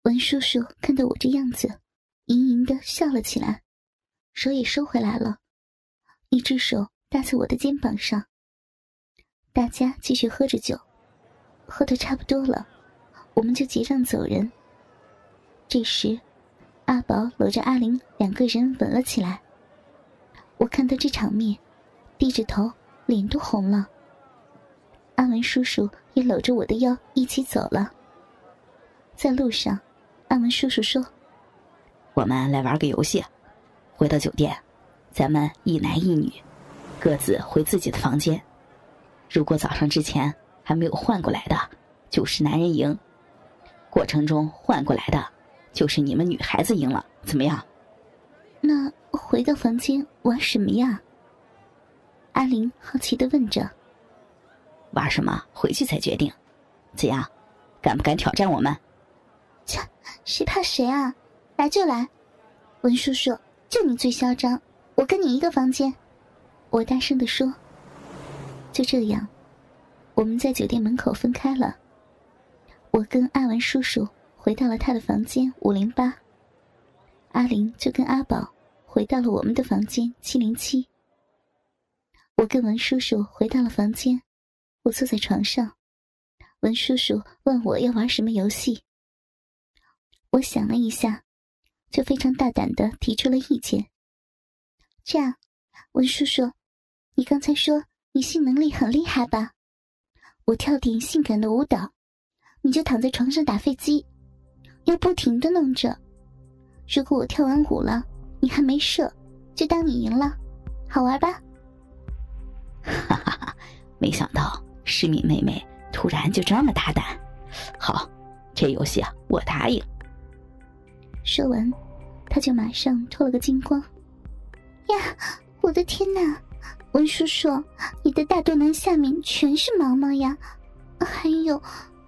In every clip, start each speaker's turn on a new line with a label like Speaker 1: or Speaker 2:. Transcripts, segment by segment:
Speaker 1: 文叔叔看到我这样子，盈盈地笑了起来，手也收回来了，一只手搭在我的肩膀上。大家继续喝着酒，喝得差不多了，我们就结账走人。这时阿宝搂着阿玲两个人吻了起来。我看到这场面，低着头，脸都红了。阿文叔叔也搂着我的腰一起走了。在路上，阿文叔叔说：
Speaker 2: 我们来玩个游戏，回到酒店，咱们一男一女，各自回自己的房间。如果早上之前还没有换过来的，就是男人赢，过程中换过来的，就是你们女孩子赢了，怎么样？
Speaker 1: 那回到房间玩什么呀？阿玲好奇地问着。
Speaker 2: 玩什么回去才决定，怎样，敢不敢挑战我们？
Speaker 1: 切，谁怕谁啊，来就来。文叔叔，就你最嚣张，我跟你一个房间。我大声地说。就这样，我们在酒店门口分开了。我跟阿文叔叔回到了他的房间508，阿玲就跟阿宝回到了我们的房间707。我跟文叔叔回到了房间，我坐在床上，文叔叔问我要玩什么游戏。我想了一下，就非常大胆地提出了意见。这样，文叔叔，你刚才说你性能力很厉害吧？我跳点性感的舞蹈，你就躺在床上打飞机，要不停地弄着。如果我跳完舞了，你还没射，就当你赢了，好玩吧？
Speaker 2: 哈哈哈，没想到诗敏妹妹突然就这么大胆。好，这游戏啊，我答应。
Speaker 1: 说完，他就马上脱了个精光。呀，我的天哪！文叔叔，你的大肚腩下面全是毛毛呀，还有，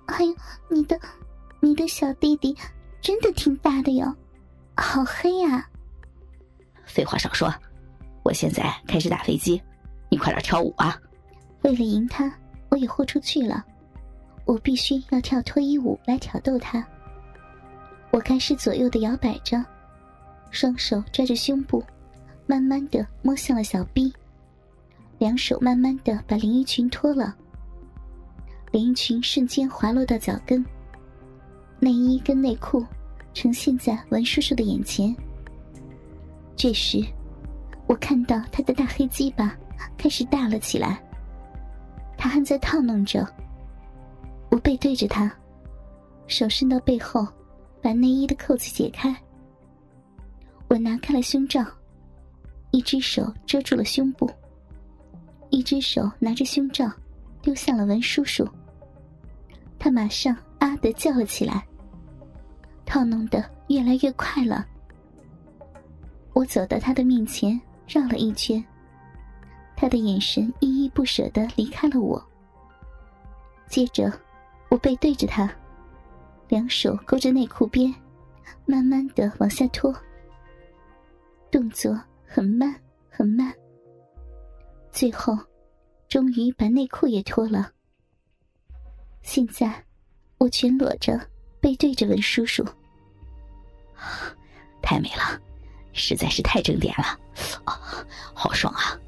Speaker 1: 你的小弟弟真的挺大的哟，好黑呀！
Speaker 2: 废话少说，我现在开始打飞机，你快点跳舞啊！
Speaker 1: 为了赢他，我也豁出去了，我必须要跳脱衣舞来挑逗他。我开始左右的摇摆着，双手抓着胸部，慢慢的摸向了小臂，两手慢慢的把连衣裙脱了，连衣裙瞬间滑落到脚跟，内衣跟内裤呈现在文叔叔的眼前。这时我看到他的大黑鸡巴开始大了起来，他还在套弄着。我背对着他，手伸到背后，把内衣的扣子解开。我拿开了胸罩，一只手遮住了胸部，一只手拿着胸罩丢向了文叔叔。他马上啊地叫了起来，套弄得越来越快了。我走到他的面前，绕了一圈，他的眼神依依不舍地离开了我。接着我背对着他，两手勾着内裤边，慢慢地往下拖，动作很慢很慢，最后终于把内裤也脱了。现在我全裸着背对着文叔叔。
Speaker 2: 太美了，实在是太正点了，好爽啊！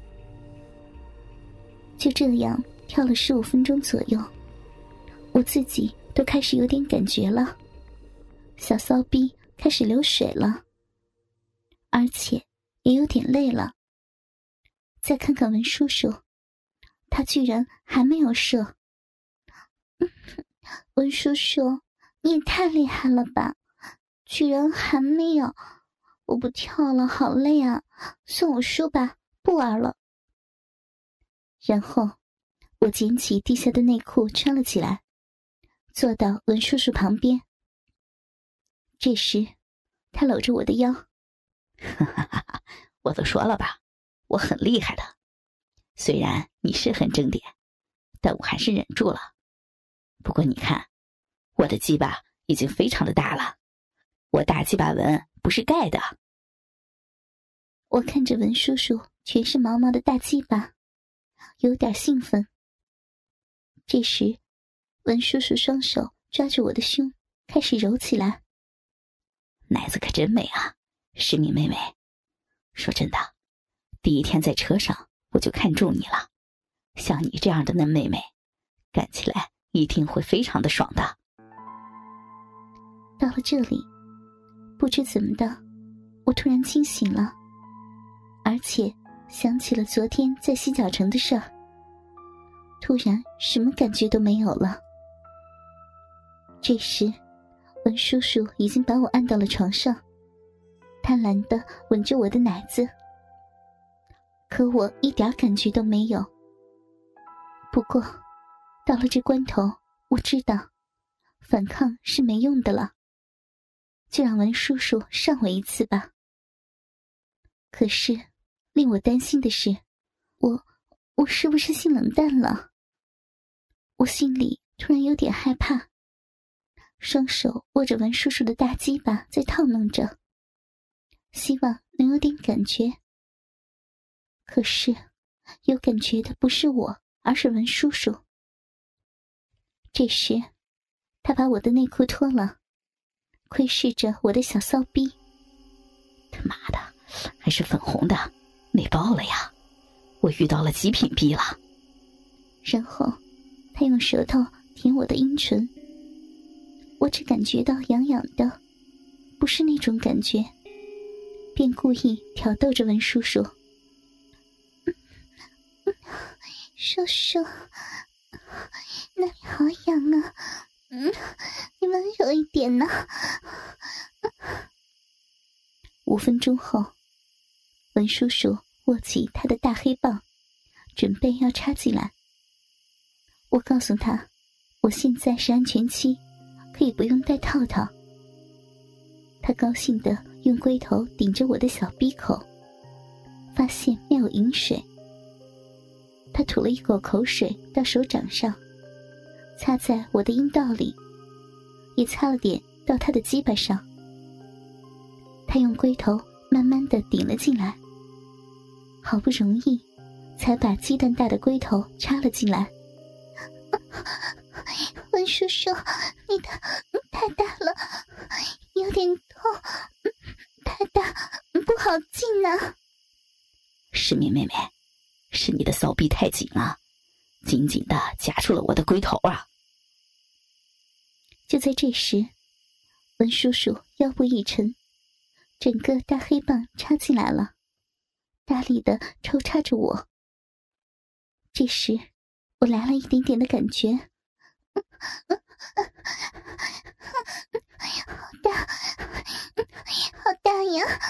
Speaker 1: 就这样跳了15分钟左右，我自己都开始有点感觉了，小骚逼开始流水了，而且也有点累了。再看看文叔叔，他居然还没有射。文叔叔，你也太厉害了吧，居然还没有，我不跳了，好累啊，算我输吧，不玩了。然后我捡起地下的内裤穿了起来，坐到文叔叔旁边。这时他搂着我的腰。
Speaker 2: 哈哈哈，我都说了吧，我很厉害的，虽然你是很正点，但我还是忍住了。不过你看，我的鸡巴已经非常的大了，我大鸡巴纹不是盖的。
Speaker 1: 我看着文叔叔全是毛毛的大鸡巴，有点兴奋。这时文叔叔双手抓住我的胸，开始揉起来。
Speaker 2: 奶子可真美啊，诗敏妹妹。说真的，第一天在车上我就看中你了，像你这样的嫩妹妹，干起来一定会非常的爽的。
Speaker 1: 到了这里，不知怎么的，我突然清醒了，而且想起了昨天在洗脚城的事儿，突然什么感觉都没有了。这时文叔叔已经把我按到了床上，贪婪地吻着我的奶子，可我一点感觉都没有。不过到了这关头，我知道反抗是没用的了，就让文叔叔上我一次吧。可是令我担心的是，我是不是性冷淡了？我心里突然有点害怕，双手握着文叔叔的大鸡巴在套弄着，希望能有点感觉。可是有感觉的不是我，而是文叔叔。这时他把我的内裤脱了，窥视着我的小骚逼。
Speaker 2: 他妈的，还是粉红的，美爆了呀！我遇到了极品逼了。
Speaker 1: 然后他用舌头舔我的阴唇，我只感觉到痒痒的，不是那种感觉，便故意挑逗着文叔叔。叔叔，那里好痒啊，你温柔一点呢。5分钟后，文叔叔握起他的大黑棒，准备要插进来。我告诉他，我现在是安全期，可以不用戴套套。他高兴地用龟头顶着我的小鼻口，发现没有饮水。他吐了一口口水到手掌上，擦在我的阴道里，也擦了点到他的鸡巴上。他用龟头慢慢地顶了进来，好不容易才把鸡蛋大的龟头插了进来。文叔叔，你的太大了，有点痛，太大不好进啊。
Speaker 2: 诗敏妹妹，是你的骚逼太紧了，紧紧地夹住了我的龟头啊！
Speaker 1: 就在这时，文叔叔腰部一沉，整个大黑棒插进来了，大力地抽插着我。这时我来了一点点的感觉，好大，好大呀！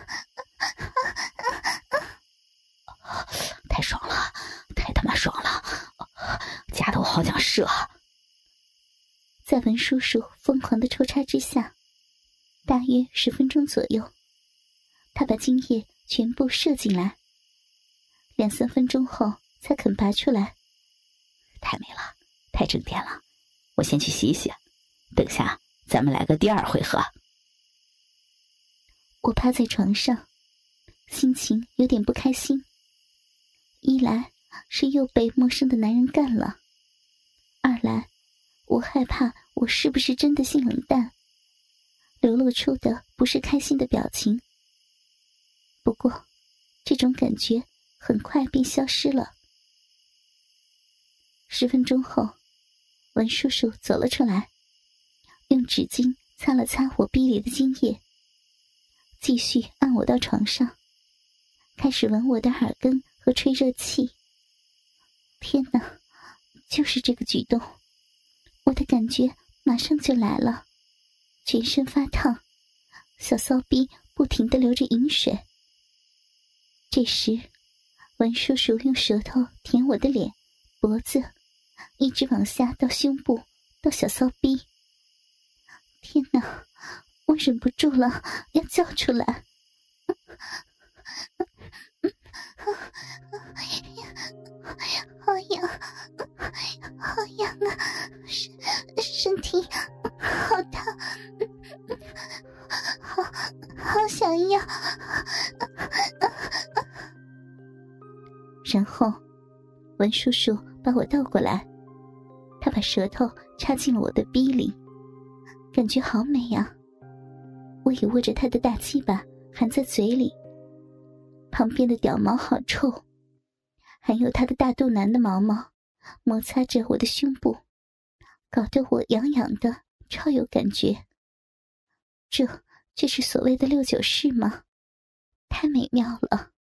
Speaker 2: 太爽了，太他妈爽了，夹得我好想射。
Speaker 1: 在文叔叔疯狂的抽插之下，大约10分钟左右，他把精液全部射进来，2、3分钟后才肯拔出来。
Speaker 2: 太美了，太正点了，我先去洗洗，等下咱们来个第2回合。
Speaker 1: 我趴在床上，心情有点不开心。一来是又被陌生的男人干了，二来我害怕我是不是真的性冷淡，流露出的不是开心的表情。不过这种感觉很快便消失了。10分钟后，文叔叔走了出来，用纸巾擦了擦我逼里的精液，继续按我到床上，开始闻我的耳根和吹热气。天哪，就是这个举动，我的感觉马上就来了，全身发烫，小骚逼不停地流着饮水。这时文叔叔用舌头舔我的脸、脖子，一直往下到胸部，到小骚逼。天哪，我忍不住了，要叫出来。好痒，好痒啊！身体好烫，好想要。然后文叔叔把我倒过来，他把舌头插进了我的逼里，感觉好美啊！我我也握着他的大鸡巴含在嘴里，旁边的屌毛好臭，还有他的大肚腩的毛毛摩擦着我的胸部，搞得我痒痒的，超有感觉。这是所谓的69式吗？太美妙了。